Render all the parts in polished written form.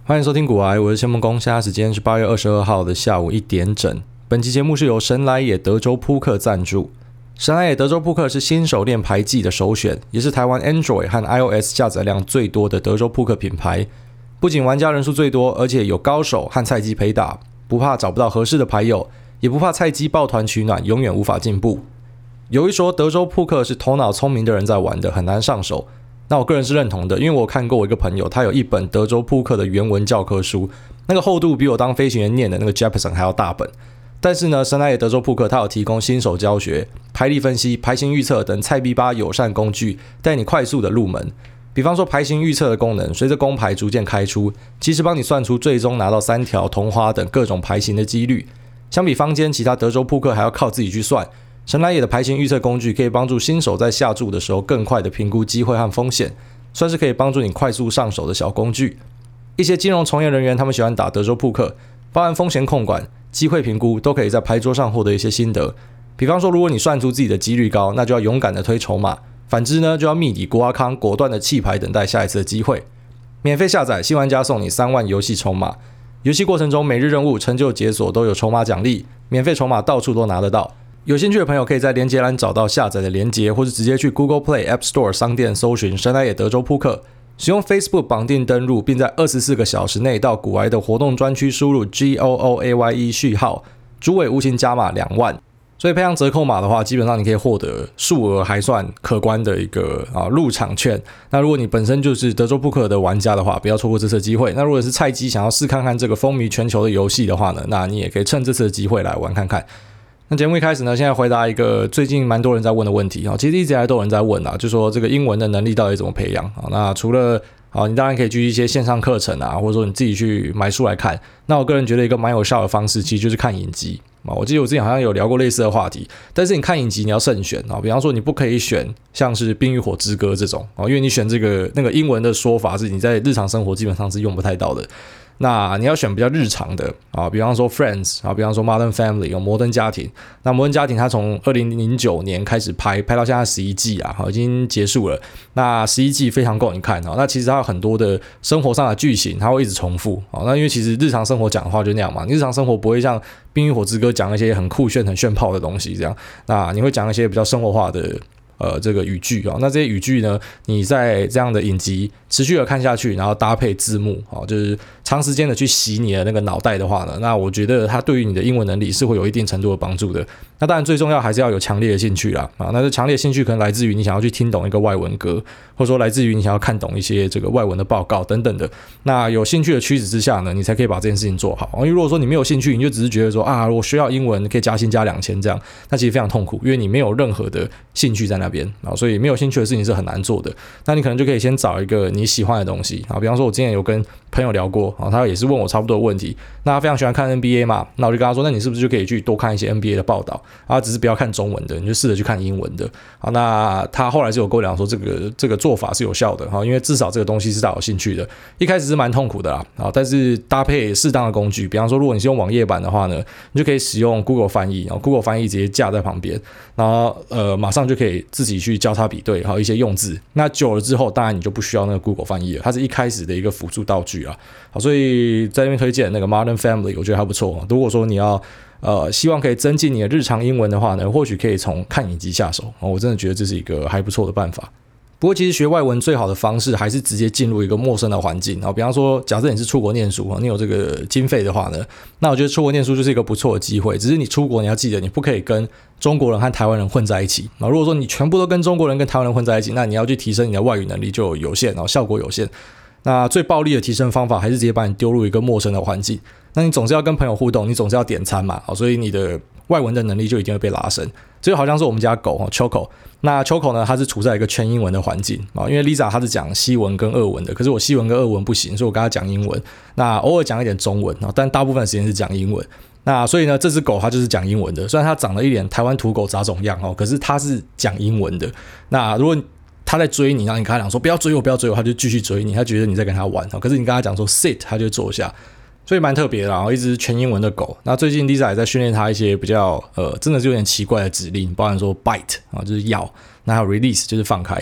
欢迎收听股癌，我是谢梦工。现在时间是8月22号的下午1点整。本期节目是由神来也德州扑克赞助。神来也德州扑克是新手练牌技的首选，也是台湾 Android 和 iOS 下载量最多的德州扑克品牌。不仅玩家人数最多，而且有高手和菜鸡陪打，不怕找不到合适的牌友，也不怕菜鸡抱团取暖，永远无法进步。有一说德州扑克是头脑聪明的人在玩的，很难上手。那我个人是认同的，因为我看过我一个朋友，他有一本德州扑克的原文教科书，那个厚度比我当飞行员念的那个 Jefferson 还要大本。但是呢，神来也德州扑克它有提供新手教学、牌力分析、牌型预测等菜逼吧友善工具，带你快速的入门。比方说牌型预测的功能，随着公牌逐渐开出，及时帮你算出最终拿到3条同花等各种牌型的几率。相比坊间其他德州扑克还要靠自己去算，神来也的牌型预测工具可以帮助新手在下注的时候更快的评估机会和风险，算是可以帮助你快速上手的小工具。一些金融从业人员他们喜欢打德州扑克，包含风险控管、机会评估，都可以在牌桌上获得一些心得。比方说，如果你算出自己的几率高，那就要勇敢的推筹码；反之呢，就要密底国阿康，果断的弃牌，等待下一次的机会。免费下载，新玩家送你3万游戏筹码。游戏过程中每日任务、成就解锁都有筹码奖励，免费筹码到处都拿得到。有兴趣的朋友可以在连结栏找到下载的连结，或是直接去 Google Play、App Store 商店搜寻神来也德州扑克，使用 Facebook 绑定登入，并在24个小时内到股癌的活动专区输入 GOOAYE 序号，主委无形加码2万。所以配上折扣码的话，基本上你可以获得数额还算可观的一个入场券。那如果你本身就是德州扑克的玩家的话，不要错过这次的机会。那如果是菜鸡想要试看看这个风靡全球的游戏的话呢，那你也可以趁这次的机会来玩看看。那节目一开始呢，现在回答一个最近蛮多人在问的问题，其实一直以来都有人在问就说这个英文的能力到底怎么培养。那除了你当然可以去一些线上课程或者说你自己去买书来看。那我个人觉得一个蛮有效的方式，其实就是看影集。我记得我之前好像有聊过类似的话题，但是你看影集你要慎选比方说你不可以选像是《冰与火之歌》这种因为你选这个那个英文的说法是你在日常生活基本上是用不太到的。那你要选比较日常的比方说 Friends 比方说 Modern Family 有摩登家庭。那摩登家庭它从2009年开始拍到现在11季已经结束了。那11季非常够你看那其实它有很多的生活上的剧情它会一直重复那因为其实日常生活讲的话就那样嘛，你日常生活不会像《冰与火之歌》讲一些很酷炫很炫炮的东西这样，那你会讲一些比较生活化的这个语句那这些语句呢，你在这样的影集持续的看下去，然后搭配字幕就是长时间的去洗你的那个脑袋的话呢，那我觉得它对于你的英文能力是会有一定程度的帮助的。那当然最重要还是要有强烈的兴趣啦那这强烈的兴趣可能来自于你想要去听懂一个外文歌，或者说来自于你想要看懂一些这个外文的报告等等的。那有兴趣的驱使之下呢，你才可以把这件事情做好因为如果说你没有兴趣，你就只是觉得说我需要英文可以加薪加2000这样，那其实非常痛苦，因为你没有任何的兴趣在那边所以没有兴趣的事情是很难做的。那你可能就可以先找一个你喜欢的东西比方说我之前有跟朋友聊过他也是问我差不多的问题。那他非常喜欢看 NBA 嘛，那我就跟他说，那你是不是就可以去多看一些 NBA 的报道只是不要看中文的，你就试着去看英文的那他后来就有跟我讲说这个做法是有效的因为至少这个东西是他有兴趣的。一开始是蛮痛苦的啦但是搭配适当的工具，比方说如果你是用网页版的话呢，你就可以使用 Google 翻译Google 翻译直接架在旁边，然后马上就可以自己去交叉比对一些用字。那久了之后当然你就不需要那个 Google 翻译了，它是一开始的一个辅助道具所以在那边推荐那个 Modern Family 我觉得还不错如果说你要希望可以增进你的日常英文的话呢，或许可以从看影集下手我真的觉得这是一个还不错的办法。不过其实学外文最好的方式还是直接进入一个陌生的环境比方说假设你是出国念书你有这个经费的话呢，那我觉得出国念书就是一个不错的机会。只是你出国你要记得你不可以跟中国人和台湾人混在一起如果说你全部都跟中国人跟台湾人混在一起，那你要去提升你的外语能力就有限效果有限。那最暴力的提升方法还是直接把你丢入一个陌生的环境。那你总是要跟朋友互动，你总是要点餐嘛所以你的外文的能力就一定会被拉升。这就好像是我们家狗Choco， 那 Choco 呢，它是处在一个全英文的环境因为 Lisa 她是讲西文跟俄文的，可是我西文跟俄文不行，所以我跟她讲英文，那偶尔讲一点中文但大部分时间是讲英文。那所以呢，这只狗它就是讲英文的，虽然它长了一脸台湾土狗杂种样可是它是讲英文的。那如果他在追你，然后你跟他讲说不要追我不要追我，他就继续追你，他觉得你在跟他玩可是你跟他讲说 sit， 他就坐下。所以蛮特别的一只全英文的狗。那最近 Lisa 也在训练它一些比较真的是有点奇怪的指令，包含说 bite 就是咬，那还有 release 就是放开。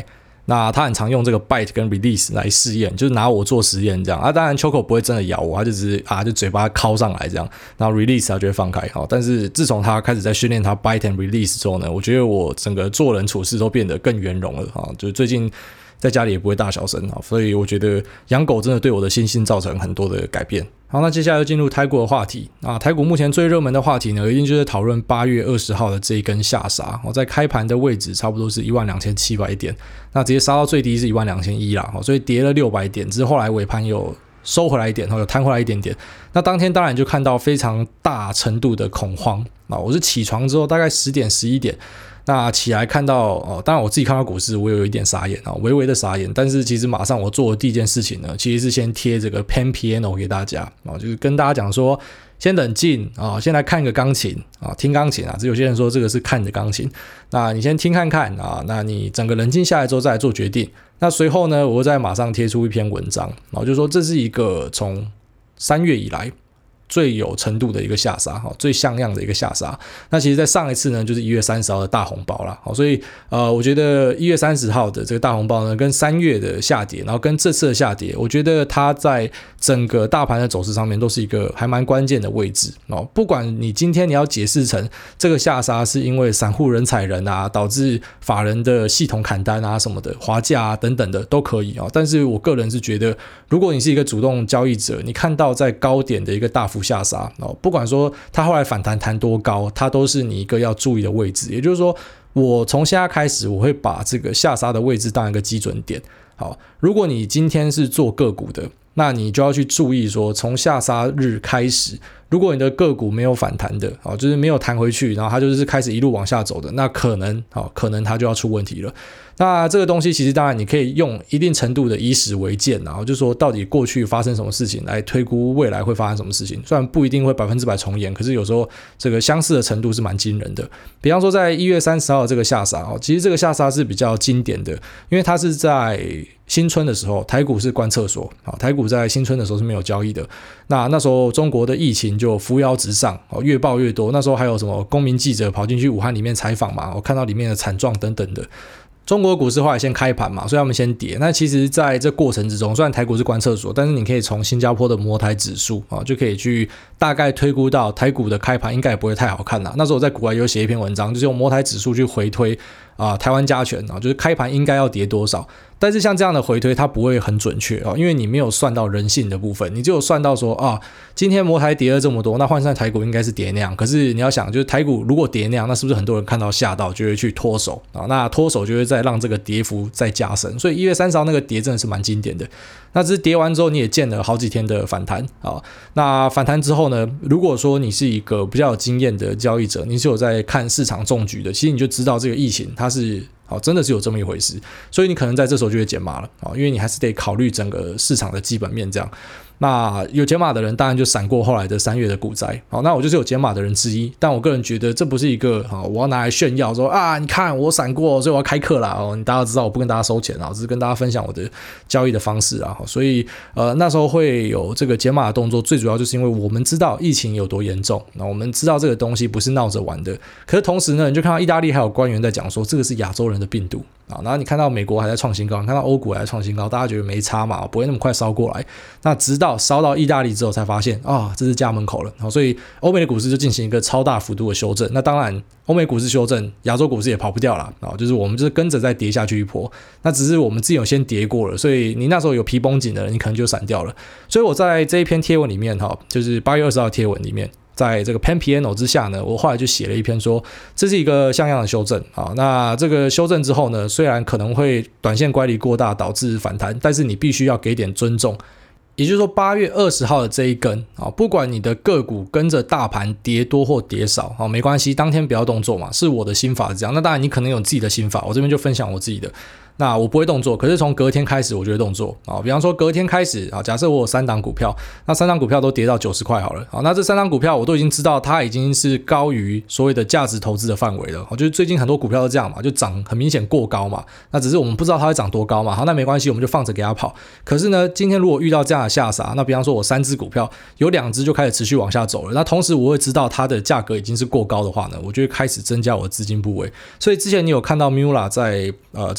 那他很常用这个 bite 跟 release 来试验，就是拿我做实验这样啊。当然 Choco 不会真的咬我，他就只是就嘴巴敲上来这样，然后 release 他就会放开。好，但是自从他开始在训练他 bite and release 之后呢，我觉得我整个做人处事都变得更圆融了啊。就是最近在家里也不会大小声啊，所以我觉得养狗真的对我的心性造成很多的改变。好，那接下来就进入台股的话题啊。台股目前最热门的话题呢，一定就是讨论8月20号的这一根下杀。在开盘的位置差不多是12700点，那直接杀到最低是12100啦，所以跌了600点，只是后来尾盘有收回来一点，有弹回来一点点。那当天当然就看到非常大程度的恐慌啊。我是起床之后大概10点11点。那起来看到当然我自己看到股市我有一点傻眼微微的傻眼，但是其实马上我做的第一件事情呢，其实是先贴这个 Pan Piano 给大家就是跟大家讲说先冷静先来看个钢琴听钢琴有些人说这个是看的钢琴，那你先听看看那你整个冷静下来之后再来做决定。那随后呢，我再马上贴出一篇文章就是说这是一个从3月以来最有程度的一个下杀最像样的一个下杀。那其实在上一次呢就是1月30号的大红包啦所以我觉得1月30号的这个大红包呢跟3月的下跌，然后跟这次的下跌，我觉得它在整个大盘的走势上面都是一个还蛮关键的位置不管你今天你要解释成这个下杀是因为散户人踩人导致法人的系统砍单什么的滑价等等的都可以但是我个人是觉得，如果你是一个主动交易者，你看到在高点的一个大幅下杀不管说它后来反弹弹多高，它都是你一个要注意的位置。也就是说，我从现在开始我会把这个下杀的位置当一个基准点。好，如果你今天是做个股的，那你就要去注意说，从下杀日开始，如果你的个股没有反弹的就是没有弹回去，然后它就是开始一路往下走的，那可能它就要出问题了。那这个东西其实当然你可以用一定程度的以史为鉴，然后就说到底过去发生什么事情来推估未来会发生什么事情。虽然不一定会100%重演，可是有时候这个相似的程度是蛮惊人的。比方说在1月30号的这个下杀其实这个下杀是比较经典的，因为它是在新春的时候，台股是关厕所台股在新春的时候是没有交易的。那时候中国的疫情就扶摇直上越爆越多，那时候还有什么公民记者跑进去武汉里面采访嘛，我看到里面的惨状等等的。中国股市后来先开盘嘛，所以他们先跌。那其实在这过程之中，虽然台股是关厕所，但是你可以从新加坡的摩台指数就可以去大概推估到台股的开盘应该也不会太好看啦。那时候我在国外有写一篇文章，就是用摩台指数去回推台湾加权就是开盘应该要跌多少。但是像这样的回推它不会很准确因为你没有算到人性的部分，你只有算到说今天摩台跌了这么多，那换算台股应该是跌那样。可是你要想，就是台股如果跌那样，那是不是很多人看到吓到就会去脱手那脱手就会再让这个跌幅再加深。所以1月30号那个跌真的是蛮经典的。那只是跌完之后你也见了好几天的反弹那反弹之后呢，如果说你是一个比较有经验的交易者，你是有在看市场重局的，其实你就知道这个疫情它是真的是有这么一回事，所以你可能在这时候就会减码了因为你还是得考虑整个市场的基本面这样。那有减码的人当然就闪过后来的3月的股灾那我就是有减码的人之一，但我个人觉得这不是一个我要拿来炫耀说你看我闪过所以我要开课啦你大家知道我不跟大家收钱只是跟大家分享我的交易的方式所以那时候会有这个减码的动作，最主要就是因为我们知道疫情有多严重，那我们知道这个东西不是闹着玩的。可是同时呢，你就看到意大利还有官员在讲说这个是亚洲人的病毒然后你看到美国还在创新高，你看到欧股还在创新高，大家觉得没差嘛，不会那么快烧过来。那直到烧到意大利之后才发现这是家门口了所以欧美的股市就进行一个超大幅度的修正。那当然欧美股市修正，亚洲股市也跑不掉啦就是我们就是跟着再跌下去一波，那只是我们自己有先跌过了，所以你那时候有皮绷紧的人你可能就闪掉了。所以我在这一篇贴文里面就是8月20号的贴文里面，在这个 Pan Piano 之下呢，我后来就写了一篇说这是一个像样的修正那这个修正之后呢，虽然可能会短线乖离过大导致反弹，但是你必须要给点尊重。也就是说8月20号的这一根不管你的个股跟着大盘跌多或跌少没关系，当天不要动作嘛，是我的心法是这样。那当然你可能有自己的心法，我这边就分享我自己的。那我不会动作，可是从隔天开始我就会动作比方说隔天开始假设我有3档股票，那3档股票都跌到90块好了那这3档股票我都已经知道它已经是高于所谓的价值投资的范围了就是最近很多股票都这样嘛，就涨很明显过高嘛，那只是我们不知道它会涨多高嘛，好，那没关系，我们就放着给它跑。可是呢，今天如果遇到这样的下杀，那比方说我3只股票有2只就开始持续往下走了，那同时我会知道它的价格已经是过高的话呢，我就会开始增加我的资金部位。所以之前你有看到 Mula 在这个美股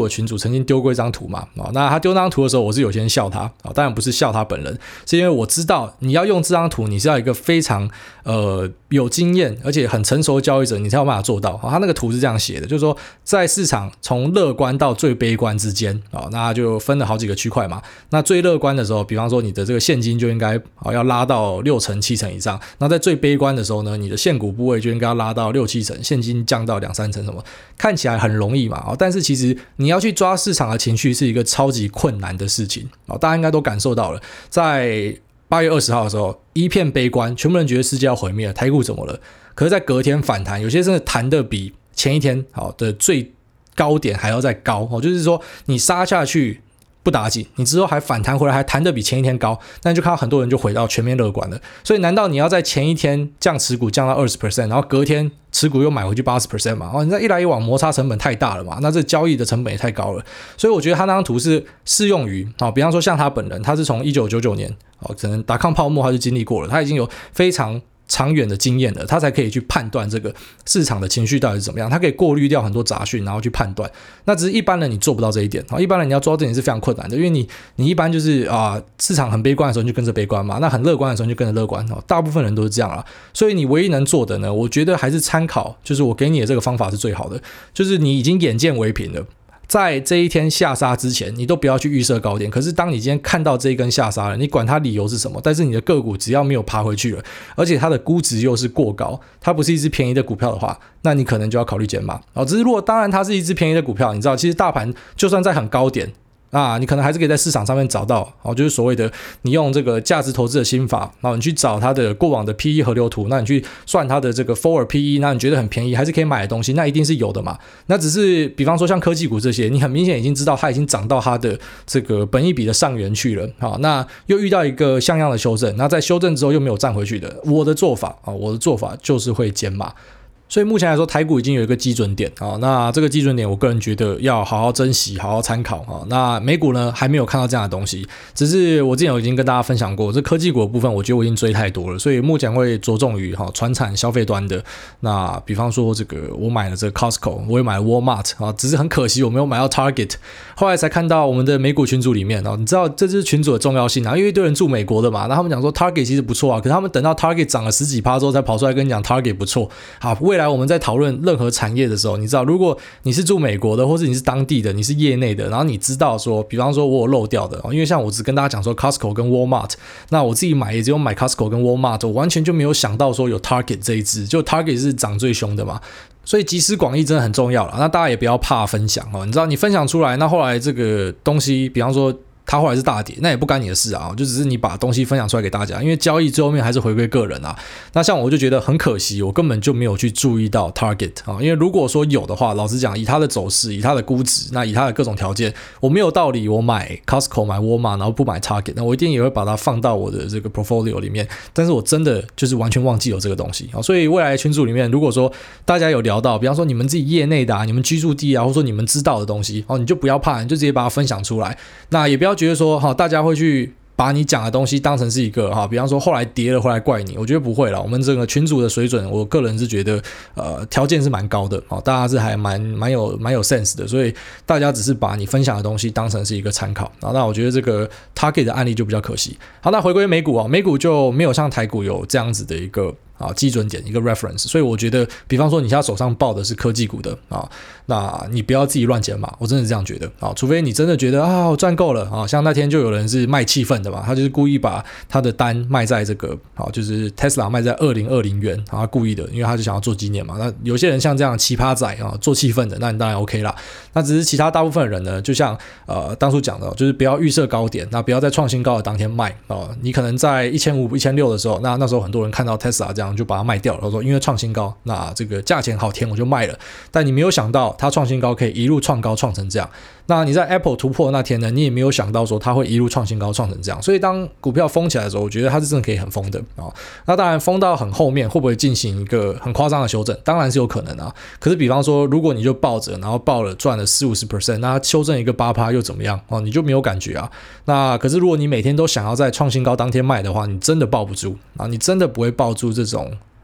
的群组曾经丢过一张图嘛，那他丢那张图的时候，我是有先笑他，当然不是笑他本人，是因为我知道你要用这张图，你是要一个非常有经验而且很成熟的交易者，你才有办法做到。他那个图是这样写的，就是说在市场从乐观到最悲观之间，那就分了好几个区块嘛。那最乐观的时候，比方说你的这个现金就应该要拉到60%、70%以上，那在最悲观的时候呢，你的现股部位就应该要拉到6-7%，现金降到2-3%什么，看起来很容易嘛，但是其实你要去抓市场的情绪是一个超级困难的事情，大家应该都感受到了，在8月20号的时候一片悲观，全部人觉得世界要毁灭了，台股怎么了？可是在隔天反弹，有些真的弹得比前一天的最高点还要再高，就是说你杀下去不打紧，你之后还反弹回来，还弹得比前一天高，那你就看到很多人就回到全面乐观了。所以难道你要在前一天降持股降到 20%， 然后隔天持股又买回去 80% 嘛？你这一来一往摩擦成本太大了嘛，那这交易的成本也太高了。所以我觉得他那张图是适用于比方说像他本人，他是从1999年可能达康泡沫他就经历过了，他已经有非常长远的经验了，他才可以去判断这个市场的情绪到底是怎么样，他可以过滤掉很多杂讯然后去判断。那只是一般人你做不到这一点，一般人你要做到这点是非常困难的，因为你一般就是市场很悲观的时候你就跟着悲观嘛，那很乐观的时候你就跟着乐观，大部分人都是这样啦。所以你唯一能做的呢，我觉得还是参考，就是我给你的这个方法是最好的，就是你已经眼见为凭了，在这一天下杀之前，你都不要去预设高点。可是当你今天看到这一根下杀了，你管它理由是什么，但是你的个股只要没有爬回去了，而且它的估值又是过高，它不是一只便宜的股票的话，那你可能就要考虑减码。只是如果当然它是一只便宜的股票，你知道其实大盘就算在很高点你可能还是可以在市场上面找到就是所谓的你用这个价值投资的心法，然后你去找它的过往的 PE 河流图，那你去算它的这个 forward PE， 那你觉得很便宜还是可以买的东西，那一定是有的嘛。那只是比方说像科技股这些，你很明显已经知道它已经涨到它的这个本益比的上缘去了，那又遇到一个像样的修正，那在修正之后又没有站回去的，我的做法就是会减码。所以目前来说台股已经有一个基准点那这个基准点我个人觉得要好好珍惜好好参考那美股呢还没有看到这样的东西，只是我之前已经跟大家分享过，这科技股的部分我觉得我已经追太多了，所以目前会着重于传产消费端的，那比方说这个我买了这个 Costco， 我也买了 Walmart只是很可惜我没有买到 Target， 后来才看到我们的美股群组里面你知道这是群组的重要性因为一堆人住美国的嘛，那他们讲说 Target 其实不错可是他们等到 Target 涨了10几%之后才跑出来跟你讲 Target 不错。好，未来我们在讨论任何产业的时候，你知道如果你是住美国的或是你是当地的你是业内的，然后你知道说比方说我有漏掉的因为像我只跟大家讲说 Costco 跟 Walmart， 那我自己买也只有买 Costco 跟 Walmart， 我完全就没有想到说有 Target 这一支，就 Target 是涨最凶的嘛，所以集思广益真的很重要了。那大家也不要怕分享你知道你分享出来，那后来这个东西比方说它后来是大跌，那也不干你的事就只是你把东西分享出来给大家，因为交易最后面还是回归个人那像我就觉得很可惜，我根本就没有去注意到 Target因为如果说有的话，老实讲以它的走势以它的估值，那以它的各种条件，我没有道理我买 Costco 买 Walmart 然后不买 Target， 那我一定也会把它放到我的这个 portfolio 里面，但是我真的就是完全忘记有这个东西所以未来群组里面如果说大家有聊到比方说你们自己业内的你们居住地或者说你们知道的东西你就不要怕，你就直接把它分享出来，那也不要觉得说大家会去把你讲的东西当成是一个比方说后来跌了回来怪你，我觉得不会啦，我们这个群组的水准我个人是觉得条件是蛮高的大家是还蛮有 sense 的，所以大家只是把你分享的东西当成是一个参考那我觉得这个 Target 的案例就比较可惜。好，那回归美股美股就没有像台股有这样子的一个基准点一个 reference， 所以我觉得比方说你现在手上抱的是科技股的那你不要自己乱减码，我真的是这样觉得除非你真的觉得我赚够了像那天就有人是卖气氛的嘛，他就是故意把他的单卖在这个就是 Tesla 卖在2020元他故意的，因为他就想要做纪念嘛。那有些人像这样奇葩仔做气氛的，那你当然 OK 啦。那只是其他大部分的人呢，就像当初讲的就是不要预设高点，那不要在创新高的当天卖你可能在1500、1600的时候，那时候很多人看到 Tesla 这样就把它卖掉了，说因为创新高，那这个价钱好甜我就卖了，但你没有想到它创新高可以一路创高创成这样。那你在 Apple 突破那天呢，你也没有想到说它会一路创新高创成这样，所以当股票疯起来的时候，我觉得它是真的可以很疯的那当然疯到很后面会不会进行一个很夸张的修正，当然是有可能可是比方说如果你就抱着然后抱了赚了 40-50%， 那修正一个 8% 又怎么样你就没有感觉那可是如果你每天都想要在创新高当天卖的话，你真的抱不住你真的不会抱住这种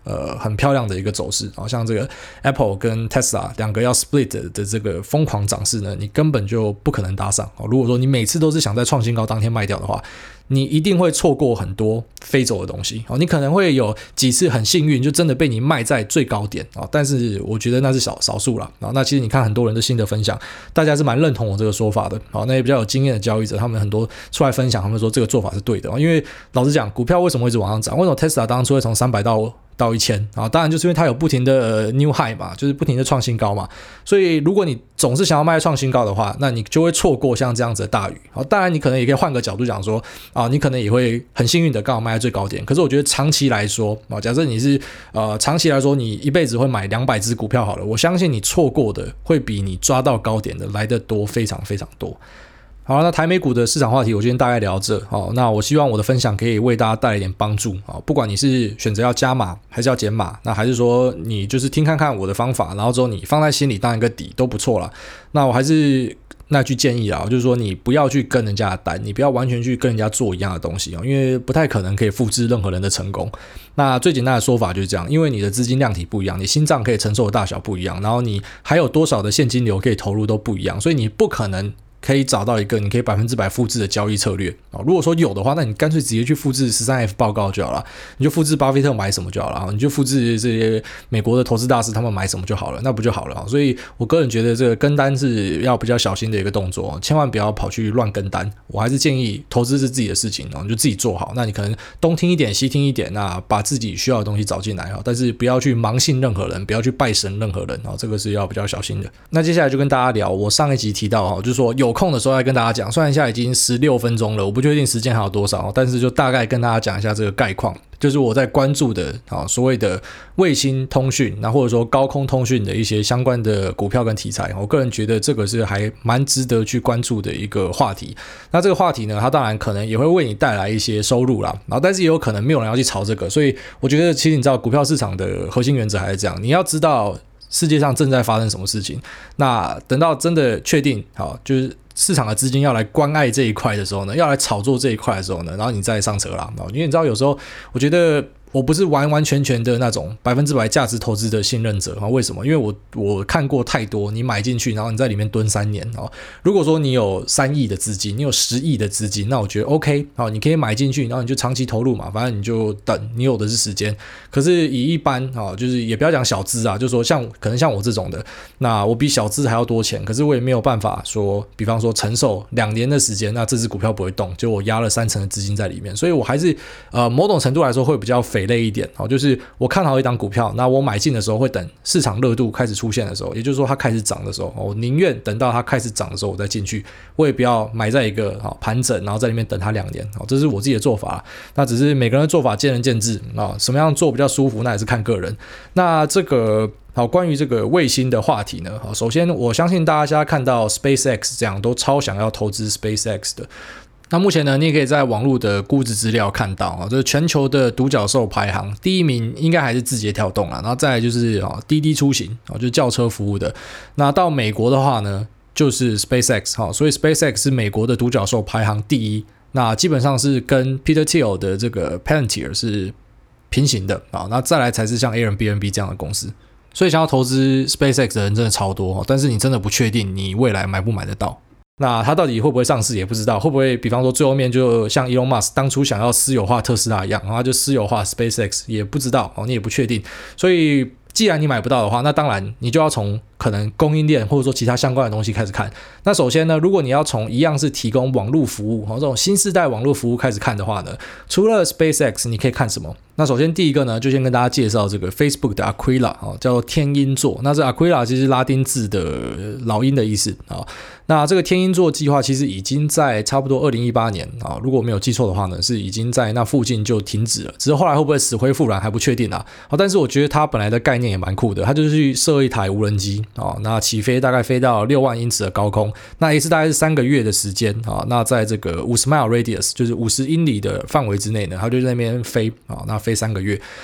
很漂亮的一个走势，好像这个 Apple 跟 Tesla 两个要 split 的这个疯狂涨势呢，你根本就不可能搭上。如果说你每次都是想在创新高当天卖掉的话，你一定会错过很多飞走的东西。你可能会有几次很幸运，就真的被你卖在最高点，但是我觉得那是少数啦。那其实你看很多人的新的分享，大家是蛮认同我这个说法的。那也比较有经验的交易者，他们很多出来分享，他们说这个做法是对的。因为老实讲，股票为什么会一直往上涨？为什么 Tesla 当初会从300到1000啊？当然就是因为它有不停的new high 嘛，就是不停的创新高嘛。所以如果你总是想要卖创新高的话，那你就会错过像这样子的大鱼。当然你可能也可以换个角度讲说你可能也会很幸运的刚好卖在最高点。可是我觉得长期来说假设你是长期来说你一辈子会买200只股票好了，我相信你错过的会比你抓到高点的来得多，非常非常多。好，那台美股的市场话题我今天大概聊这。那我希望我的分享可以为大家带来一点帮助。不管你是选择要加码还是要减码，那还是说你就是听看看我的方法，然后之后你放在心里当一个底都不错啦。那我还是那句建议啦，就是说你不要去跟人家的单，你不要完全去跟人家做一样的东西，因为不太可能可以复制任何人的成功。那最简单的说法就是这样，因为你的资金量体不一样，你心脏可以承受的大小不一样，然后你还有多少的现金流可以投入都不一样，所以你不可能可以找到一个你可以100%复制的交易策略。如果说有的话，那你干脆直接去复制 13F 报告就好了，你就复制巴菲特买什么就好了，你就复制这些美国的投资大师他们买什么就好了，那不就好了。所以我个人觉得这个跟单是要比较小心的一个动作，千万不要跑去乱跟单。我还是建议投资是自己的事情，你就自己做好。那你可能东听一点西听一点，那把自己需要的东西找进来，但是不要去盲信任何人，不要去拜神任何人，这个是要比较小心的。那接下来就跟大家聊我上一集提到就是说有空的时候来跟大家讲，虽然现在已经16分钟了，我不确定时间还有多少，但是就大概跟大家讲一下这个概况，就是我在关注的所谓的卫星通讯，那或者说高空通讯的一些相关的股票跟题材，我个人觉得这个是还蛮值得去关注的一个话题。那这个话题呢，它当然可能也会为你带来一些收入啦，然后但是也有可能没有人要去炒这个，所以我觉得其实你知道股票市场的核心原则还是这样，你要知道世界上正在发生什么事情，那等到真的确定就是市场的资金要来关爱这一块的时候呢，要来炒作这一块的时候呢，然后你再上车啦。因为你知道有时候我觉得我不是完完全全的那种100%价值投资的信任者。为什么？因为我看过太多，你买进去然后你在里面蹲3年。如果说你有3亿的资金，你有10亿的资金，那我觉得 OK， 你可以买进去，然后你就长期投入嘛，反正你就等，你有的是时间。可是以一般就是也不要讲小资啊，就是说可能像我这种的，那我比小资还要多钱，可是我也没有办法说，比方说承受2年的时间，那这只股票不会动，就我压了30%的资金在里面，所以我还是某种程度来说会比较肥类一点。就是我看好一档股票，那我买进的时候会等市场热度开始出现的时候，也就是说它开始涨的时候，我宁愿等到它开始涨的时候我再进去，我也不要买在一个盘整，然后在里面等它2年。这是我自己的做法，那只是每个人的做法见仁见智，什么样做比较舒服那也是看个人。那这个关于这个卫星的话题呢，首先我相信大家现在看到 SpaceX 这样都超想要投资 SpaceX 的。那目前呢，你也可以在网络的估值资料看到这是全球的独角兽排行，第一名应该还是字节跳动啦，然后再来就是滴滴出行就是轿车服务的。那到美国的话呢，就是 SpaceX 所以 SpaceX 是美国的独角兽排行第一，那基本上是跟 Peter Thiel 的这个 Palantir 是平行的那再来才是像 Airbnb 这样的公司。所以想要投资 SpaceX 的人真的超多，但是你真的不确定你未来买不买得到。那它到底会不会上市也不知道，会不会比方说最后面就像 Elon Musk 当初想要私有化特斯拉一样，然后就私有化 SpaceX 也不知道你也不确定。所以既然你买不到的话，那当然你就要从可能供应链或者说其他相关的东西开始看。那首先呢，如果你要从一样是提供网络服务这种新世代网络服务开始看的话呢，除了 SpaceX 你可以看什么？那首先第一个呢，就先跟大家介绍这个 Facebook 的 Aquila 叫做天鹰座。那这 Aquila 其实拉丁字的老鹰的意思那这个天鹰座计划其实已经在差不多2018年如果没有记错的话呢，是已经在那附近就停止了，只是后来会不会死灰复燃还不确定但是我觉得它本来的概念也蛮酷的，它就是去设一台无人机那起飞大概飞到6万英尺的高空，那一次大概是3个月的时间那在这个50 mile radius 就是50英里的范围之内呢，它就在那边飞那飞3个月。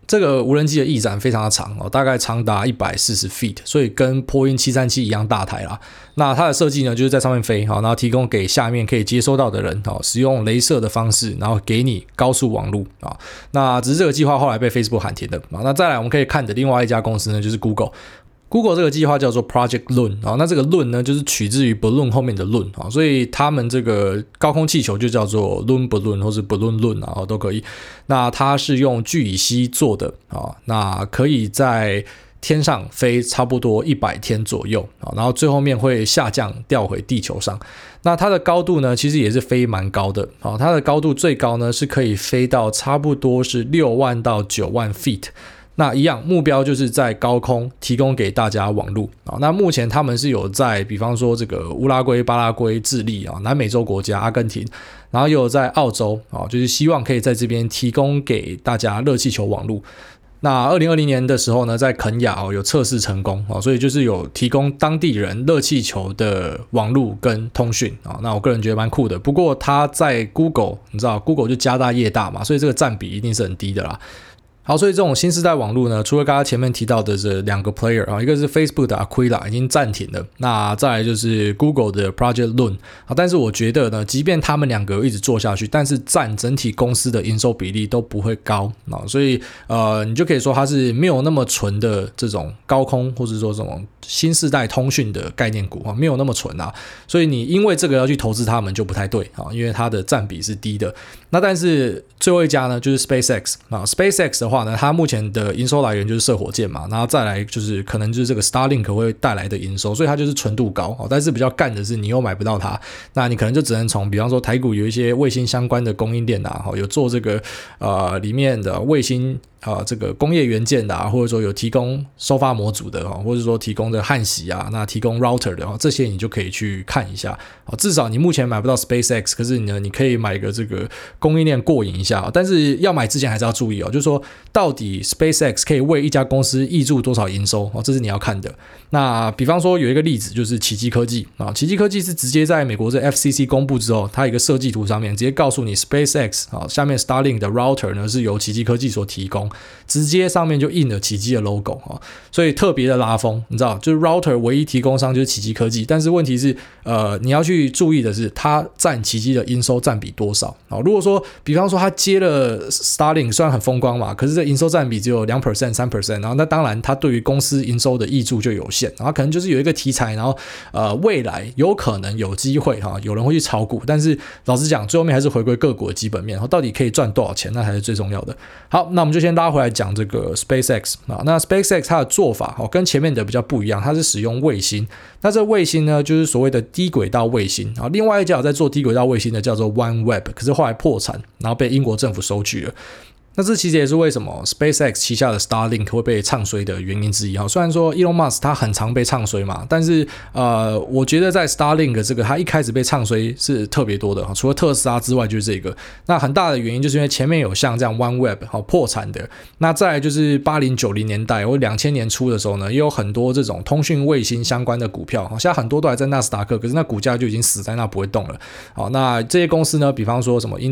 这个无人机的翼展非常的长大概长达140 feet， 所以跟波音737一样大台啦。那它的设计呢，就是在上面飞然后提供给下面可以接收到的人使用雷射的方式，然后给你高速网路那只是这个计划后来被 Facebook 喊停了那再来我们可以看的另外一家公司呢，就是 Google 这个计划叫做 Project Loon 那这个 Loon 呢就是取自于 balloon 后面的 Loon 所以他们这个高空气球就叫做 Loon Balloon 或是 Balloon Loon 都可以。那它是用聚乙烯做的那可以在天上飞差不多100天左右然后最后面会下降掉回地球上。那它的高度呢其实也是飞蛮高的它的高度最高呢是可以飞到差不多是6万到9万 feet。那一样目标就是在高空提供给大家网路那目前他们是有在比方说这个乌拉圭、巴拉圭、智利南美洲国家、阿根廷，然后也有在澳洲就是希望可以在这边提供给大家热气球网路。那2020年的时候呢，在肯亚有测试成功所以就是有提供当地人热气球的网路跟通讯那我个人觉得蛮酷的。不过它在 Google， 你知道 Google 就家大业大嘛，所以这个占比一定是很低的啦。好，所以这种新世代网路呢，除了刚刚前面提到的这两个 player 一个是 Facebook 的 Aquila 已经暂停了，那再来就是 Google 的 Project Loon 但是我觉得呢，即便他们两个一直做下去，但是占整体公司的营收比例都不会高所以你就可以说它是没有那么纯的这种高空或者说这种新世代通讯的概念股没有那么纯所以你因为这个要去投资他们就不太对因为它的占比是低的。那但是最后一家呢就是 SpaceX SpaceX 的话呢，它目前的营收来源就是射火箭嘛，然后再来就是可能就是这个 Starlink 会带来的营收，所以它就是纯度高但是比较干的是你又买不到它，那你可能就只能从比方说台股有一些卫星相关的供应链有做这个里面的卫星这个工业元件的或者说有提供收发模组的或者说提供的焊锡那提供 router 的这些你就可以去看一下至少你目前买不到 SpaceX， 可是呢你可以买个这个供应链过瘾一下但是要买之前还是要注意就是说到底 SpaceX 可以为一家公司挹注多少营收这是你要看的。那比方说有一个例子就是奇迹科技奇迹科技是直接在美国这 FCC 公布之后，它有一个设计图上面直接告诉你 SpaceX 下面 Starlink 的 router 呢是由奇迹科技所提供，直接上面就印了奇迹的 logo 所以特别的拉风，你知道就是 router 唯一提供商就是奇迹科技，但是问题是你要去注意的是它占奇迹的营收占比多少如果说比方说它接了 Starlink 虽然很风光嘛，可是这营收占比只有 2% 3%， 然后那当然它对于公司营收的挹注就有限，然后可能就是有一个题材，然后未来有可能有机会有人会去炒股，但是老实讲最后面还是回归个股的基本面到底可以赚多少钱那才是最重要的。好，那我们就先拉回来讲这个 SpaceX 那 SpaceX 它的做法跟前面的比较不一样，它是使用卫星。那这卫星呢就是所谓的低轨道卫星另外一家有在做低轨道卫星的叫做 OneWeb， 可是后来破产，然后被英国政府收据了。那这其实也是为什么 SpaceX 旗下的 Starlink 会被唱衰的原因之一虽然说 Elon Musk 他很常被唱衰嘛，但是我觉得在 Starlink 这个他一开始被唱衰是特别多的除了特斯拉之外就是这个。那很大的原因就是因为前面有像这样 OneWeb 破产的，那再来就是80、90年代或2000年初的时候呢，也有很多这种通讯卫星相关的股票现在很多都还在纳斯达克，可是那股价就已经死在那不会动了那这些公司呢，比方说什么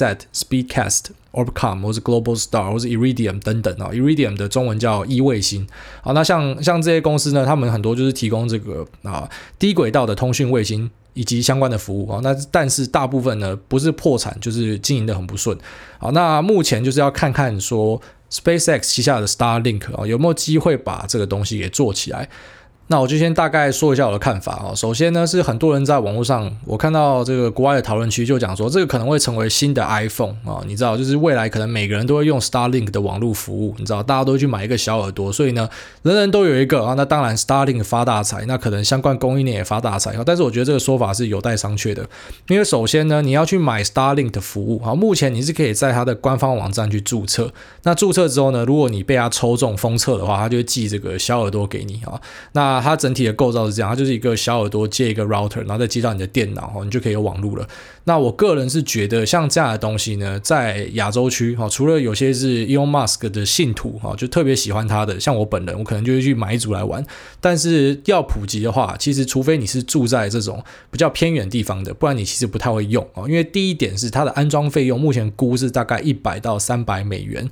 Intelsat、Speedcast、Orbcomm 或是 Global Star 或是 Iridium 等等Iridium 的中文叫E卫星那像这些公司呢，他们很多就是提供这个低轨道的通讯卫星以及相关的服务那但是大部分呢不是破产就是经营的很不顺那目前就是要看看说 SpaceX 旗下的 Starlink 有没有机会把这个东西给做起来。那我就先大概说一下我的看法首先呢是很多人在网络上，我看到这个国外的讨论区就讲说这个可能会成为新的 iPhone 你知道就是未来可能每个人都会用 Starlink 的网络服务，你知道大家都会去买一个小耳朵，所以呢人人都有一个那当然 Starlink 发大财，那可能相关供应链也发大财但是我觉得这个说法是有待商榷的。因为首先呢你要去买 Starlink 的服务目前你是可以在它的官方网站去注册，那注册之后呢如果你被它抽中封测的话，它就会寄这个小耳朵给你那它整体的构造是这样，它就是一个小耳朵接一个 router， 然后再接到你的电脑你就可以有网路了。那我个人是觉得像这样的东西呢，在亚洲区除了有些是 Elon Musk 的信徒就特别喜欢他的，像我本人我可能就会去买一组来玩，但是要普及的话，其实除非你是住在这种比较偏远地方的，不然你其实不太会用因为第一点是它的安装费用目前估是大概100到300美元。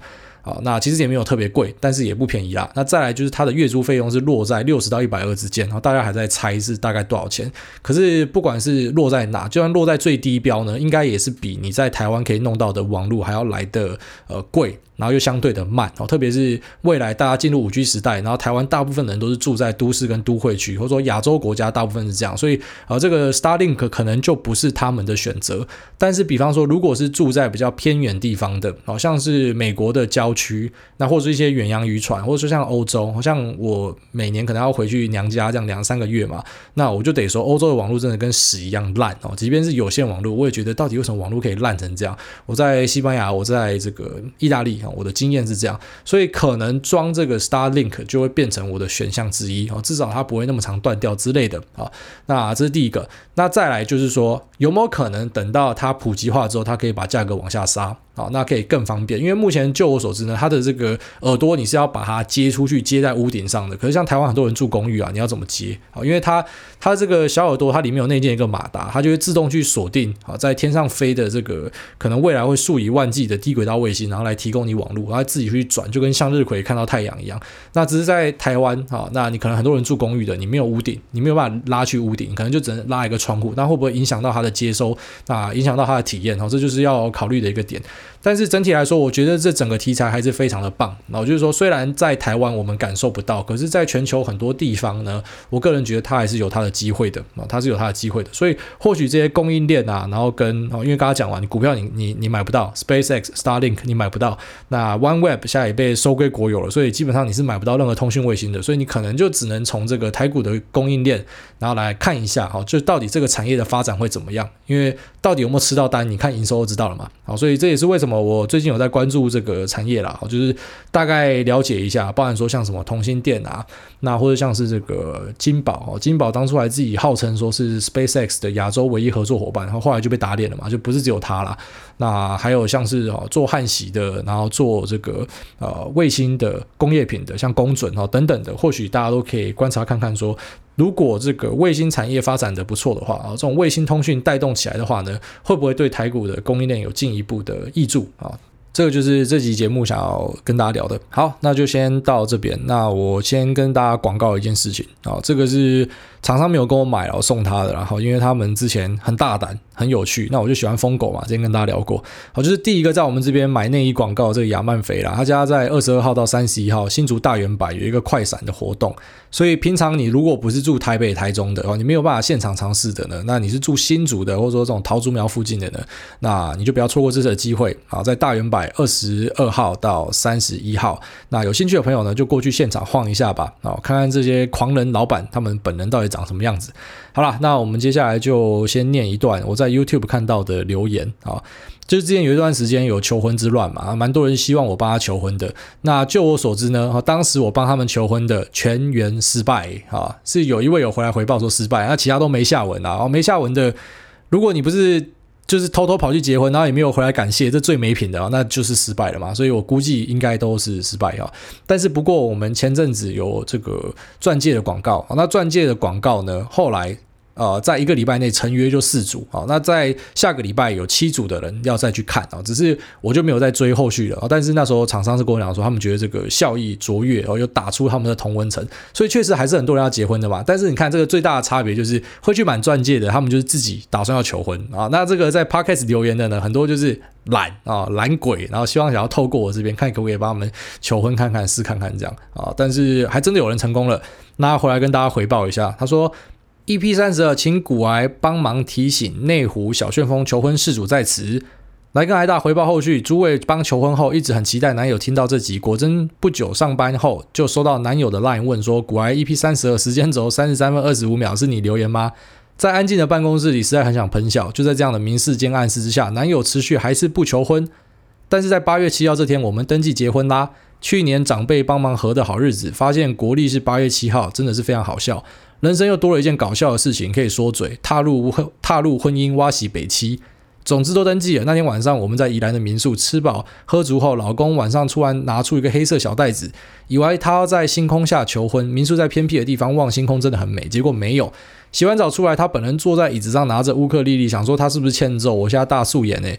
那其实也没有特别贵，但是也不便宜啦。那再来就是它的月租费用是落在60到120之间，大家还在猜是大概多少钱。可是不管是落在哪，就算落在最低标呢，应该也是比你在台湾可以弄到的网络还要来的贵，然后又相对的慢，特别是未来大家进入 5G 时代，然后台湾大部分人都是住在都市跟都会区，或者说亚洲国家大部分是这样，所以这个 Starlink 可能就不是他们的选择。但是比方说如果是住在比较偏远地方的，像是美国的郊区，那或者是一些远洋渔船，或者说像欧洲，好像我每年可能要回去娘家这样2-3个月嘛，那我就得说欧洲的网络真的跟屎一样烂，即便是有线网络，我也觉得到底为什么网络可以烂成这样。我在西班牙，我在这个意大利，我的经验是这样，所以可能装这个 Starlink 就会变成我的选项之一，至少它不会那么常断掉之类的。那这是第一个。那再来就是说，有没有可能等到它普及化之后，它可以把价格往下杀？那可以更方便，因为目前就我所知呢，它的这个耳朵你是要把它接出去，接在屋顶上的。可是像台湾很多人住公寓啊，你要怎么接？因为它这个小耳朵，它里面有内建一个马达，它就会自动去锁定在天上飞的这个可能未来会数以万计的低轨道卫星，然后来提供你网络，然后自己去转，就跟向日葵看到太阳一样。那只是在台湾那你可能很多人住公寓的，你没有屋顶，你没有办法拉去屋顶，你可能就只能拉一个窗户，那会不会影响到它的接收？那影响到它的体验？这就是要考虑的一个点。但是整体来说，我觉得这整个题材还是非常的棒。然后就是说，虽然在台湾我们感受不到，可是在全球很多地方呢，我个人觉得它还是有它的机会的，它是有它的机会的。所以或许这些供应链啊，然后跟因为刚刚讲完，你股票你买不到 ，SpaceX、Starlink 你买不到，那 OneWeb 现在也被收归国有了，所以基本上你是买不到任何通讯卫星的，所以你可能就只能从这个台股的供应链，然后来看一下，就到底这个产业的发展会怎么样？因为到底有没有吃到单，你看营收就知道了嘛。所以这也是为什么我最近有在关注这个产业啦，就是大概了解一下，包含说像什么同心电啊，那或者像是这个金宝，金宝当初还自己号称说是 SpaceX 的亚洲唯一合作伙伴，然后后来就被打脸了嘛，就不是只有他啦。那还有像是做汉习的，然后做这个卫星的工业品的，像公准等等的，或许大家都可以观察看看说，如果这个卫星产业发展的不错的话，这种卫星通讯带动起来的话呢，会不会对台股的供应链有进一步的挹注啊？这个就是这集节目想要跟大家聊的。好，那就先到这边。那我先跟大家广告一件事情啊，这个是厂商没有跟我买了，我送他的，然后因为他们之前很大胆很有趣，那我就喜欢疯狗嘛，之前跟大家聊过。好，就是第一个在我们这边买内衣广告这个亚曼肥啦，他家在22号到31号新竹大圆柏有一个快闪的活动，所以平常你如果不是住台北台中的，你没有办法现场尝试的呢，那你是住新竹的或者说这种桃竹苗附近的呢，那你就不要错过这次的机会。好，在大圆柏22号到31号，那有兴趣的朋友呢就过去现场晃一下吧，看看这些狂人老板他们本人到底长什么样子。好啦，那我们接下来就先念一段我在 YouTube 看到的留言啊，就是之前有一段时间有求婚之乱嘛，蛮多人希望我帮他求婚的。那就我所知呢，当时我帮他们求婚的全员失败啊，是有一位有回来回报说失败，那其他都没下文啊，没下文的，如果你不是就是偷偷跑去结婚，然后也没有回来感谢，这最没品的那就是失败了嘛。所以我估计应该都是失败啊。但是不过我们前阵子有这个钻戒的广告，那钻戒的广告呢，后来在1个礼拜内成约就4组，那在下个礼拜有7组的人要再去看，只是我就没有再追后续了。但是那时候厂商是跟我讲说，他们觉得这个效益卓越，有打出他们的同温层，所以确实还是很多人要结婚的嘛。但是你看这个最大的差别就是会去买钻戒的，他们就是自己打算要求婚啊。那这个在 Podcast 留言的呢，很多就是懒鬼，然后希望想要透过我这边看可不可以帮他们求婚看看试看看这样啊。但是还真的有人成功了，那回来跟大家回报一下，他说EP32，请股癌帮忙提醒内湖小旋风求婚事主在此，来跟癌大回报后续。诸位帮求婚后一直很期待男友听到这集，果真不久上班后就收到男友的 LINE 问说，股癌 EP32 时间轴33分25秒是你留言吗？在安静的办公室里实在很想喷笑，就在这样的明示间暗示之下，男友持续还是不求婚。但是在8月7号这天我们登记结婚啦，去年长辈帮忙合的好日子，发现国历是8月7号，真的是非常好笑。人生又多了一件搞笑的事情可以说嘴，踏入婚姻挖洗北七。总之都登记了。那天晚上我们在宜兰的民宿吃饱喝足后，老公晚上突然拿出一个黑色小袋子，以为他要在星空下求婚。民宿在偏僻的地方，望星空真的很美，结果没有。洗完澡出来，他本人坐在椅子上拿着乌克丽丽，想说他是不是欠揍，我现在大素颜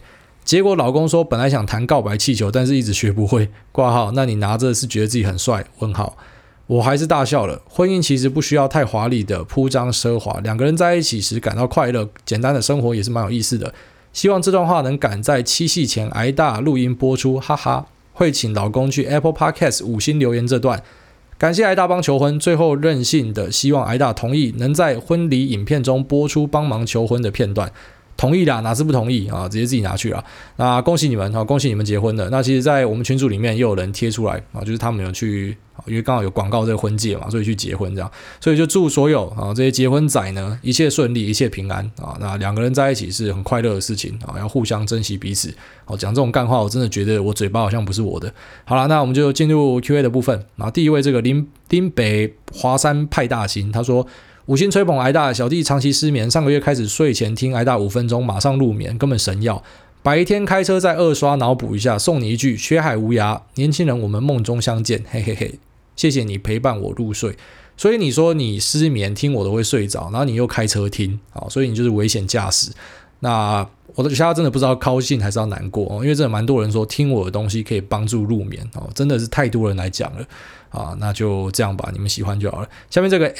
结果老公说本来想弹告白气球，但是一直学不会。挂号，那你拿着是觉得自己很帅？问号。我还是大笑了。婚姻其实不需要太华丽的铺张奢华，两个人在一起时感到快乐，简单的生活也是蛮有意思的。希望这段话能赶在七夕前挨大录音播出，哈哈。会请老公去 Apple Podcast 5星留言这段。感谢挨大帮求婚，最后任性的希望挨大同意能在婚礼影片中播出帮忙求婚的片段。同意啦，哪是不同意啊？直接自己拿去啦。那恭喜你们，恭喜你们结婚了。那其实，在我们群组里面也有人贴出来啊，就是他们有去，因为刚好有广告这个婚戒嘛，所以去结婚这样。所以就祝所有啊这些结婚仔呢一切顺利，一切平安啊。那两个人在一起是很快乐的事情啊，要互相珍惜彼此。讲这种干话，我真的觉得我嘴巴好像不是我的。好了，那我们就进入 Q&A 的部分。然后第一位这个林北华山派大星，他说。5星吹捧挨大，小弟长期失眠，上个月开始睡前听挨大5分钟，马上入眠，根本神药。白天开车再二刷脑补一下，送你一句学海无涯，年轻人我们梦中相见，嘿嘿嘿，谢谢你陪伴我入睡。所以你说你失眠听我都会睡着，然后你又开车听，所以你就是危险驾驶。那我现在真的不知道高兴还是要难过，因为真的蛮多人说听我的东西可以帮助入眠，真的是太多人来讲了那就这样吧，你们喜欢就好了。下面这个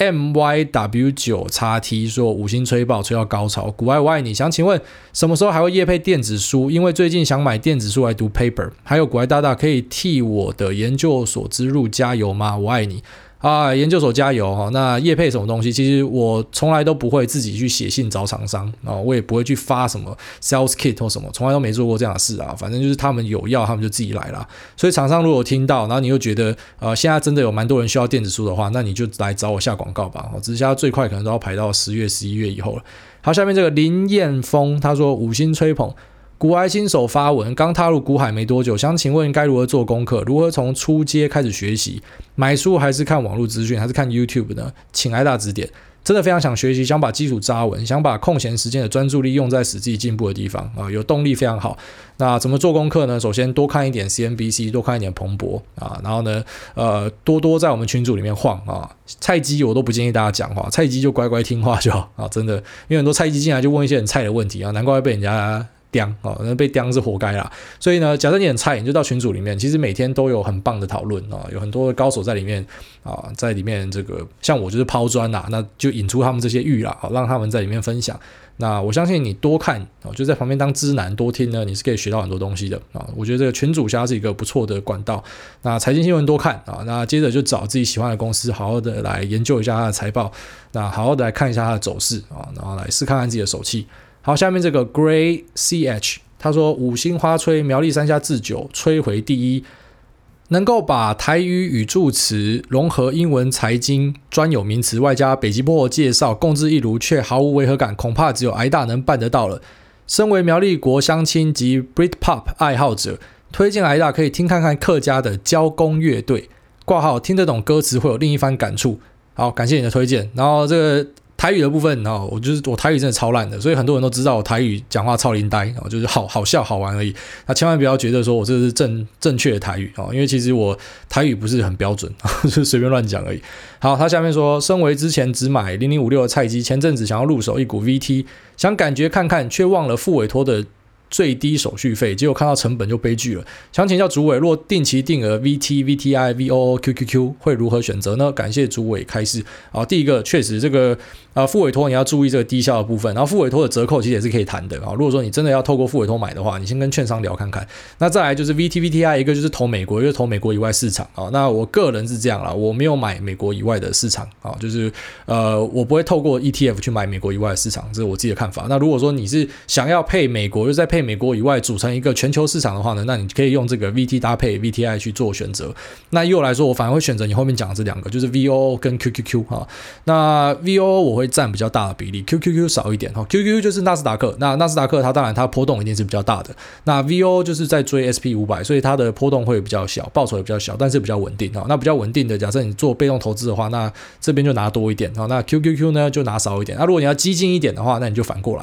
MYW9XT 说5星吹爆吹到高潮，古爱我爱你，想请问什么时候还会业配电子书？因为最近想买电子书来读 paper， 还有古爱大大可以替我的研究所之路加油吗？我爱你。研究所加油。那业配什么东西，其实我从来都不会自己去写信找厂商，我也不会去发什么 sales kit 或什么，从来都没做过这样的事反正就是他们有要他们就自己来啦。所以厂商如果听到，然后你又觉得现在真的有蛮多人需要电子书的话，那你就来找我下广告吧。只是现在最快可能都要排到10月11月以后了。好，下面这个林彦峰他说5星吹捧，股癌新手发文，刚踏入股海没多久，想请问该如何做功课？如何从初阶开始学习？买书还是看网络资讯，还是看 YouTube 呢？请挨大指点。真的非常想学习，想把基础扎稳，想把空闲时间的专注力用在使自己进步的地方有动力非常好。那怎么做功课呢？首先多看一点 CNBC， 多看一点彭博然后呢多多在我们群组里面晃菜鸡我都不建议大家讲话，菜鸡就乖乖听话就好真的，因为很多菜鸡进来就问一些很菜的问题难怪会被人家被刁是活该啦。所以呢，假设你很菜，你就到群组里面，其实每天都有很棒的讨论有很多的高手在里面在里面这个像我就是抛砖那就引出他们这些玉啦让他们在里面分享。那我相信你多看就在旁边当知男多听呢，你是可以学到很多东西的我觉得这个群组下是一个不错的管道。那财经新闻多看那接着就找自己喜欢的公司，好好的来研究一下它的财报，那好好的来看一下它的走势然后来试看看自己的手气。好，下面这个 Gray CH 他说5星花吹，苗栗3下智久吹回第一，能够把台语语助词融合英文财经专有名词，外加北极薄介绍，共治一炉却毫无违和感，恐怕只有挨大能办得到了。身为苗栗国乡亲及 Britpop 爱好者，推荐挨大可以听看看客家的交工乐队，挂号听得懂歌词会有另一番感触。好，感谢你的推荐。然后这个台语的部分我台语真的超烂的，所以很多人都知道我台语讲话超灵呆就是好笑好玩而已。那千万不要觉得说我这是正确的台语因为其实我台语不是很标准就是随便乱讲而已。好，他下面说，身为之前只买0056的菜鸡，前阵子想要入手一股 VT， 想感觉看看，却忘了付委托的最低手续费，结果看到成本就悲剧了。想请教主委，若定期定额 VT、VTI、VOO、QQQ 会如何选择呢？感谢主委开示。第一个确实这个付委托你要注意这个低消的部分，然后付委托的折扣其实也是可以谈的如果说你真的要透过付委托买的话，你先跟券商聊看看。那再来就是 VT、VTI， 一个就是投美国，一个投美国以外市场那我个人是这样啦，我没有买美国以外的市场就是我不会透过 ETF 去买美国以外的市场，这是我自己的看法。那如果说你是想要配美国又再配美国以外组成一个全球市场的话呢，那你可以用这个 VT 搭配 VTI 去做选择。那以我来说，我反而会选择你后面讲的这两个，就是 VOO 跟 QQQ 那 VOO 我会占比较大的比例， QQQ 少一点QQQ 就是纳斯达克，那纳斯达克它当然它波动一定是比较大的，那 VOO 就是在追 SP500， 所以它的波动会比较小，报酬也比较小，但是比较稳定那比较稳定的，假设你做被动投资的话，那这边就拿多一点那 QQQ 呢就拿少一点。那如果你要激进一点的话，那你就反过来。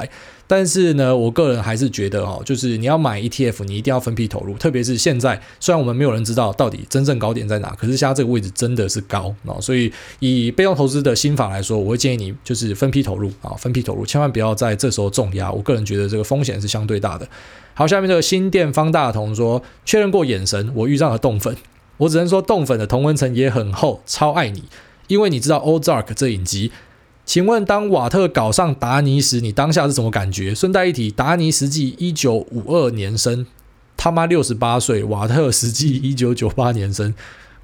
但是呢，我个人还是觉得就是你要买 ETF， 你一定要分批投入，特别是现在，虽然我们没有人知道到底真正高点在哪，可是现在这个位置真的是高所以以被动投资的心法来说，我会建议你就是分批投入分批投入，千万不要在这时候重压，我个人觉得这个风险是相对大的。好，下面这个新店方大同说，确认过眼神，我遇上了冻粉，我只能说冻粉的同温层也很厚，超爱你，因为你知道 Ozark 这影集。请问当瓦特搞上达尼时，你当下是什么感觉？顺带一提，达尼实际1952年生，他妈68岁，瓦特实际1998年生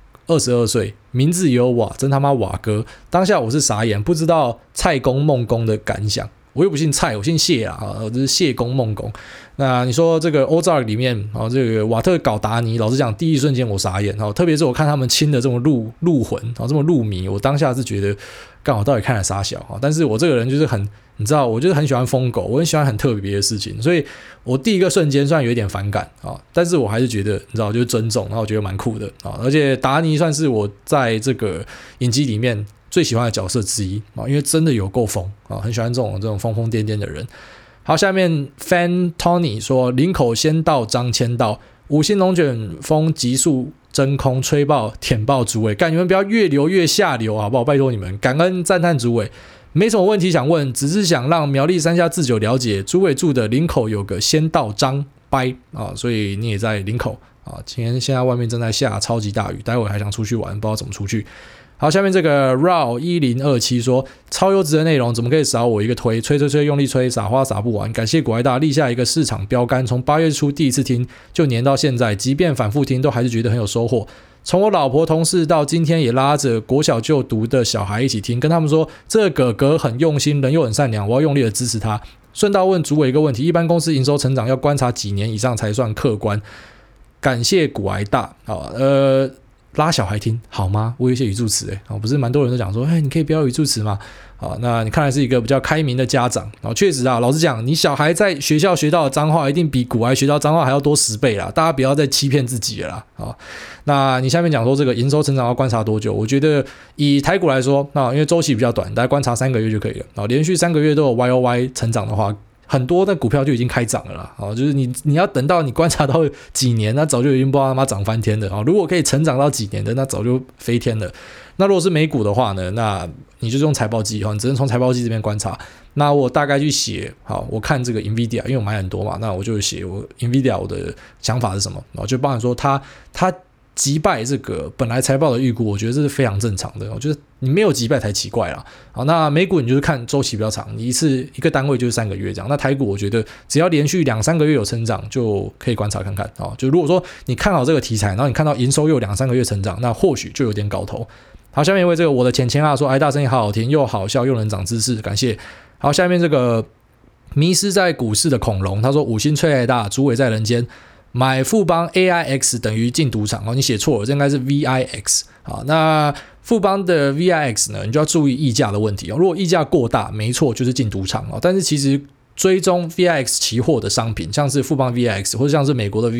，22岁，名字也有瓦，真他妈瓦哥。当下我是傻眼，不知道蔡公孟公的感想。我又不姓蔡，我姓谢我这是谢公孟公。那你说这个 Ozark 里面这个瓦特搞达尼，老实讲，第一瞬间我傻眼特别是我看他们亲的这种入魂这么入迷，我当下是觉得，干我到底看了啥小但是我这个人就是很，你知道，我就是很喜欢疯狗，我很喜欢很特别的事情，所以我第一个瞬间虽然有点反感但是我还是觉得，你知道，就是尊重，然后我觉得蛮酷的而且达尼算是我在这个影集里面最喜欢的角色之一因为真的有够疯很喜欢这种疯疯癫癫的人。好，下面 Fan Tony 说，林口先到张签到，五星龙卷风急速真空吹爆舔爆主委，干你们不要越流越下流好不好？拜托你们，感恩赞叹主委。没什么问题想问，只是想让苗栗山下智久了解，主委住的林口有个先到张掰所以你也在林口今天现在外面正在下超级大雨，待会还想出去玩，不知道怎么出去。好，下面这个 RAW1027 说，超优质的内容怎么可以少我一个推？吹用力吹，撒花撒不完。感谢古爱大立下一个市场标杆，从8月初第一次听就黏到现在，即便反复听都还是觉得很有收获。从我老婆同事到今天也拉着国小就读的小孩一起听，跟他们说这个哥哥很用心，人又很善良，我要用力的支持他。顺道问主委一个问题，一般公司营收成长要观察几年以上才算客观？感谢古爱大拉小孩听好吗？我有一些语助词不是蛮多人都讲说，你可以不要语助词吗？那你看来是一个比较开明的家长确实老实讲，你小孩在学校学到的脏话一定比古爱学到脏话还要多10倍啦，大家不要再欺骗自己了啦那你下面讲说这个营收成长要观察多久？我觉得以台股来说因为周期比较短，大概观察3个月就可以了连续3个月都有 YOY 成长的话，很多的股票就已经开涨了啦就是你要等到你观察到几年，那早就已经不知道他妈涨翻天了如果可以成长到几年的，那早就飞天了。那如果是美股的话呢，那你就用财报季你只能从财报季这边观察。那我大概去写我看这个 Nvidia， 因为我买很多嘛，那我就写我 Nvidia 我的想法是什么就包含说它击败这个本来财报的预估，我觉得这是非常正常的我觉得你没有击败才奇怪啦那美股你就是看周期比较长，你一个单位就是3个月这样。那台股我觉得只要连续2-3个月有成长就可以观察看看就如果说你看好这个题材，然后你看到营收又2-3个月成长，那或许就有点搞头。好，下面一位这个我的钱说，挨大声音好好听，又好笑又能长知识，感谢。好，下面这个迷失在股市的恐龙，他说五星吹爱大，主委在人间，买富邦 AIX 等于进赌场你写错了，这应该是 VIX 那富邦的 VIX 呢，你就要注意溢价的问题如果溢价过大，没错就是进赌场但是其实追踪 VIX 期货的商品，像是富邦 VIX 或者像是美国的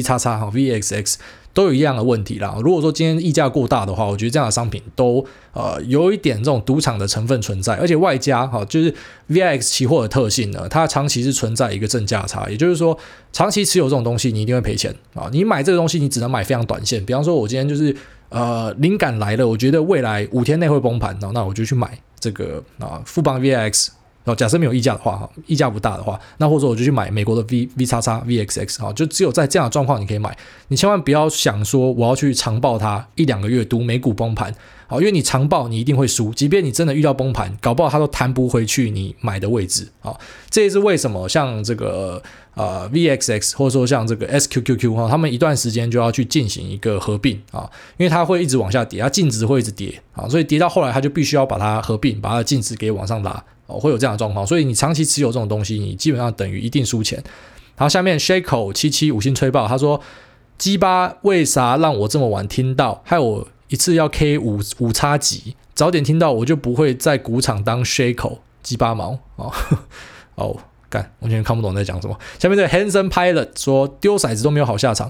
VXX 都有一样的问题啦。如果说今天溢价过大的话，我觉得这样的商品都有一点这种赌场的成分存在，而且外加就是 VIX 期货的特性呢，它长期是存在一个正价差，也就是说长期持有这种东西你一定会赔钱你买这个东西你只能买非常短线，比方说我今天就是灵感来了，我觉得未来5天内会崩盘那我就去买这个富邦 VIX假设没有溢价的话溢价不大的话，那或者我就去买美国的 VXX 就只有在这样的状况你可以买。你千万不要想说我要去长抱它1-2个月赌美股崩盘因为你长抱你一定会输，即便你真的遇到崩盘，搞不好它都弹不回去你买的位置这也是为什么像这个VXX 或者说像这个 SQQQ 他们一段时间就要去进行一个合并因为它会一直往下跌，它净值会一直跌所以跌到后来它就必须要把它合并，把它的净值给往上拉会有这样的状况。所以你长期持有这种东西，你基本上等于一定输钱。好，下面 Shako77 五星吹爆，他说鸡巴为啥让我这么晚听到，害我一次要 K 5叉级，早点听到我就不会在股场当 Shako 鸡巴毛干，完全看不懂在讲什么。下面这个 Hanson Pilot 说丢骰子都没有好下场，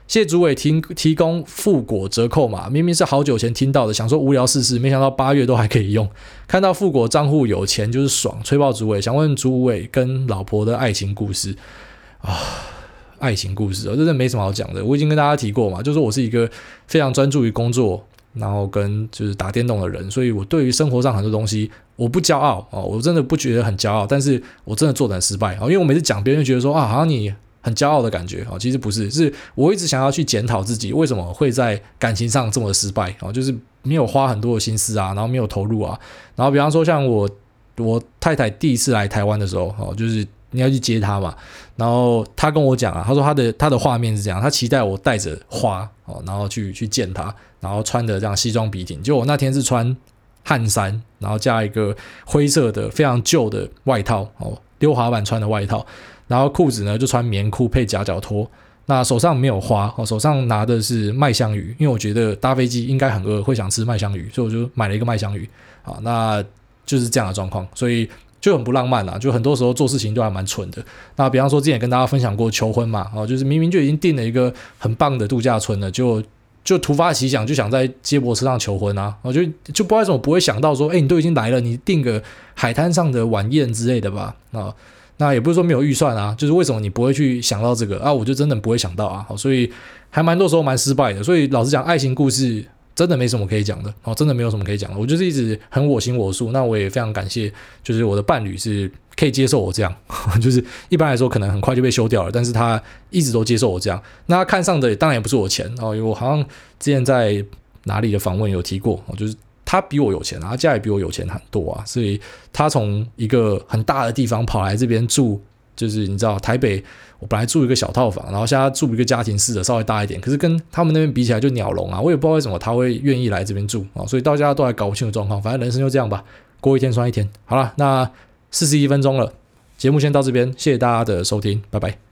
谢主委提供富果折扣码，明明是好久前听到的，想说无聊试试，没想到8月都还可以用。看到富果账户有钱就是爽，吹爆主委，想问主委跟老婆的爱情故事啊。爱情故事真的没什么好讲的，我已经跟大家提过嘛，就是我是一个非常专注于工作，然后跟就是打电动的人，所以我对于生活上很多东西我不骄傲我真的不觉得很骄傲，但是我真的做得很失败因为我每次讲别人觉得说好像你很骄傲的感觉其实不是，是我一直想要去检讨自己为什么会在感情上这么的失败就是没有花很多的心思然后没有投入然后比方说像我太太第一次来台湾的时候就是你要去接她嘛，然后她跟我讲她说她的画面是这样，她期待我带着花然后去见她，然后穿的这样西装笔挺，结果我那天是穿汗衫，然后加一个灰色的非常旧的外套溜滑板穿的外套，然后裤子呢就穿棉裤配夹脚拖，那手上没有花手上拿的是麦香鱼，因为我觉得搭飞机应该很饿，会想吃麦香鱼，所以我就买了一个麦香鱼那就是这样的状况，所以就很不浪漫啦，就很多时候做事情都还蛮蠢的。那比方说之前跟大家分享过求婚嘛就是明明就已经订了一个很棒的度假村了，就突发奇想就想在接驳车上求婚就不知道为什么不会想到说你都已经来了，你订个海滩上的晚宴之类的吧那也不是说没有预算就是为什么你不会去想到这个我就真的不会想到所以还蛮多时候蛮失败的。所以老实讲爱情故事真的没什么可以讲的真的没有什么可以讲的，我就是一直很我行我素，那我也非常感谢就是我的伴侣是可以接受我这样就是一般来说可能很快就被休掉了，但是他一直都接受我这样，那他看上的当然也不是我钱因为我好像之前在哪里的访问有提过就是他比我有钱他家也比我有钱很多所以他从一个很大的地方跑来这边住，就是你知道台北我本来住一个小套房，然后现在住一个家庭式的稍微大一点，可是跟他们那边比起来就鸟笼我也不知道为什么他会愿意来这边住所以大家都还搞不清楚状况，反正人生就这样吧，过一天算一天。好了，那41分钟了，节目先到这边，谢谢大家的收听，拜拜。